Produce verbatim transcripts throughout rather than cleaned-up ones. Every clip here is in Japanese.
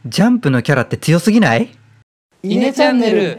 ジャンプのキャラって強すぎない？ イネチャンネル。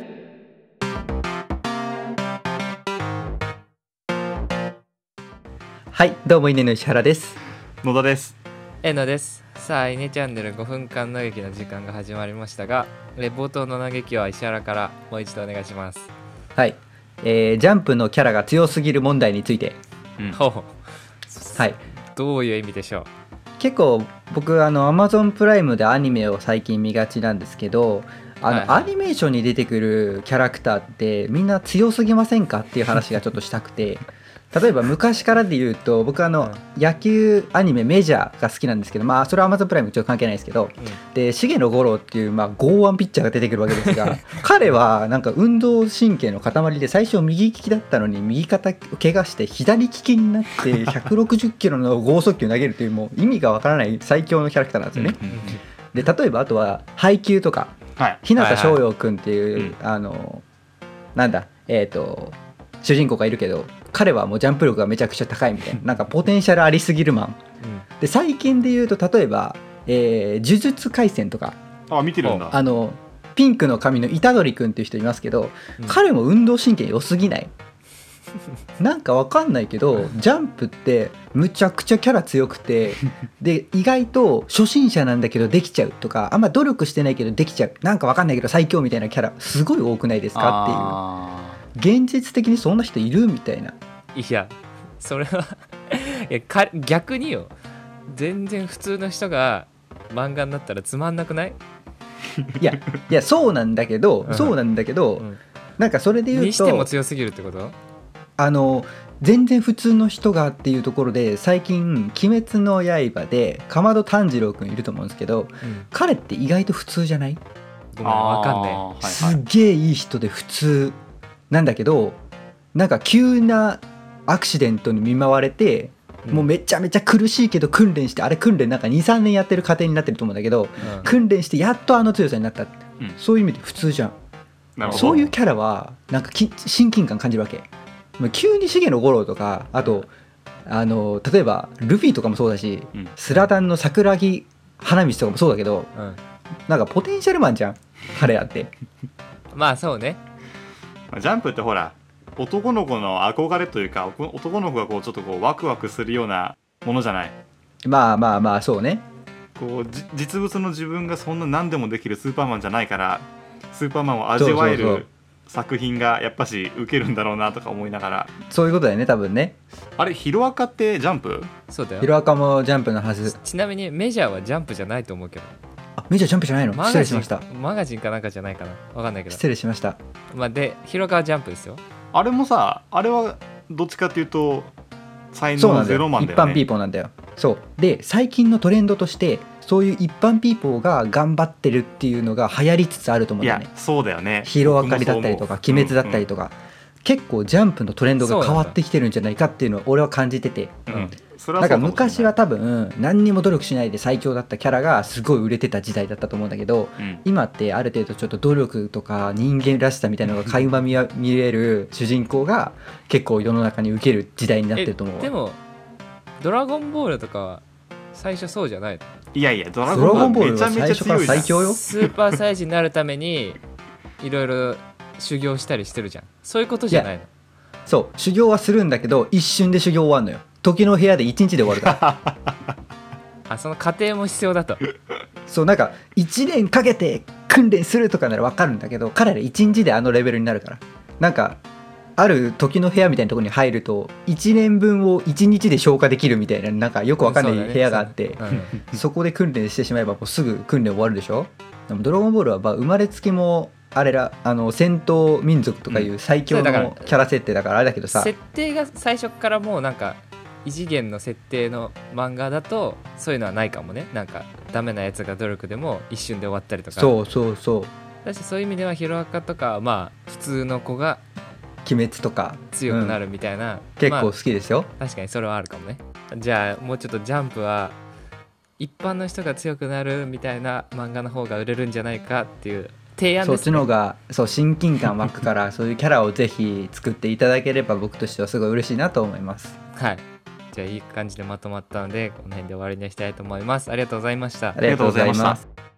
はい、どうもイネの石原です。 野田です。 えのです。さあイネチャンネルごふんかん嘆きの時間が始まりましたが、レ冒頭の嘆きは石原からもう一度お願いします。 はい、えー、ジャンプのキャラが強すぎる問題について、 うん、ほうはい、 どういう意味でしょう。 結構僕あの Amazon プライムでアニメを最近見がちなんですけど、あの、はいはい、アニメーションに出てくるキャラクターってみんな強すぎませんかっていう話がちょっとしたくて例えば昔からで言うと僕あの、うん、野球アニメメジャーが好きなんですけど、まあそれは Amazon プライムちょっと関係ないですけど、うん、で重野五郎っていう、まあ、剛腕ピッチャーが出てくるわけですが彼はなんか運動神経の塊で最初右利きだったのに右肩を怪我して左利きになってひゃくろくじゅっキロの剛速球投げるというもう意味がわからない最強のキャラクターなんですよね。で例えばあとは配球とか、はい、日向翔陽君っていう、はいはい、あのなんだえっ、ー、と主人公がいるけど彼はもうジャンプ力がめちゃくちゃ高いみたいななんかポテンシャルありすぎるマン、うん、で最近で言うと例えば、えー、呪術廻戦とかあ見てるんだ。 あのピンクの髪の虎杖君っていう人いますけど、うん、彼も運動神経良すぎないなんかわかんないけどジャンプってむちゃくちゃキャラ強くてで意外と初心者なんだけどできちゃうとかあんま努力してないけどできちゃうなんかわかんないけど最強みたいなキャラすごい多くないですかっていう現実的にそんな人いるみたいな。 いやそれはいやか逆によ全然普通の人が漫画になったらつまんなくない？ いやいやそうなんだけどそうなんだけど、うん、なんかそれで言うとにしても強すぎるってこと？ あの全然普通の人がっていうところで最近鬼滅の刃でかまど炭治郎くんいると思うんですけど、うん、彼って意外と普通じゃない？ ごめんわかんねえ、はいはい、 すっげえいい人で普通なんだけどなんか急なアクシデントに見舞われて、うん、もうめちゃめちゃ苦しいけど訓練してあれ訓練なんか にさんねんやってる過程になってると思うんだけど、うん、訓練してやっとあの強さになった、うん、そういう意味で普通じゃん。そういうキャラはなんかき親近感感じるわけ。急に重野五郎とかあとあの例えばルフィとかもそうだし、うん、スラダンの桜木花道とかもそうだけど、うん、なんかポテンシャルマンじゃん彼らってまあそうね。 ジャンプってほら男の子の憧れというか男の子がこうちょっとこうワクワクするようなものじゃない。 まあまあまあそうね。 こう実物の自分がそんな何でもできるスーパーマンじゃないからスーパーマンを味わえるそうそうそう作品がやっぱし受けるんだろうなとか思いながら。 そういうことだよね多分ね。 あれヒロアカってジャンプ？ そうだよ。 ヒロアカもジャンプのはず。 ち, ちなみにメジャーはジャンプじゃないと思うけど。 あメジャージャンプじゃないの？失礼しました。 マガジンかなんかじゃないかなわかんないけど失礼しました。 まあ、でヒロアカはジャンプですよ。 あれもさあれはどっちかっていうと才能ゼロマンだよね。 一般ピーポーなんだよ。そうで最近のトレンドとしてそういう一般ピーポーが頑張ってるっていうのが流行りつつあると思うんだよね。 いやそうだよね。 ヒロアカリだったりとか鬼滅だったりとか、うんうん、結構ジャンプのトレンドが変わってきてるんじゃないかっていうのを俺は感じてて、うん、なんか昔は多分何にも努力しないで最強だったキャラがすごい売れてた時代だったと思うんだけど、うん、今ってある程度ちょっと努力とか人間らしさみたいなのが垣間見れる主人公が結構世の中に受ける時代になってると思う。 でもドラゴンボールとかは最初そうじゃないの？ いやいやドラゴンボールめちゃめちゃ強いじゃん。 最強よ。 スーパーサイジになるためにいろいろ修行したりしてるじゃん。そういうことじゃないの？ そう修行はするんだけど一瞬で修行終わるのよ。時の部屋でいちにちで終わるからあその過程も必要だと。 そうなんかいちねんかけて訓練するとかなら分かるんだけど彼らいちにちであのレベルになるからなんかある時の部屋みたいなところに入るといちねんぶんをいちにちで消化できるみたいななんかよく分かんない部屋があって そ,、ね そ, そこで訓練してしまえばもうすぐ訓練終わるでしょ。でもドラゴンボールはまあ生まれつきもあれらあの戦闘民族とかいう最強のキャラ設定だからあれだけどさ、 設定が最初からもうなんか異次元の設定の漫画だとそういうのはないかもね。なんかダメなやつが努力でも一瞬で終わったりとか。 そうそうそう。 だしそういう意味ではヒロアカとかはまあ普通の子が鬼滅とか強くなるみたいな、うん、 結構好きですよ、 まあ、確かにそれはあるかもね。じゃあもうちょっとジャンプは一般の人が強くなるみたいな漫画の方が売れるんじゃないかっていう提案ですね。 そっちの方がそう親近感湧くからそういうキャラをぜひ作っていただければ僕としてはすごい嬉しいなと思います。 はい、じゃあいい感じでまとまったのでこの辺で終わりにしたいと思います。ありがとうございました。 ありがとうございます。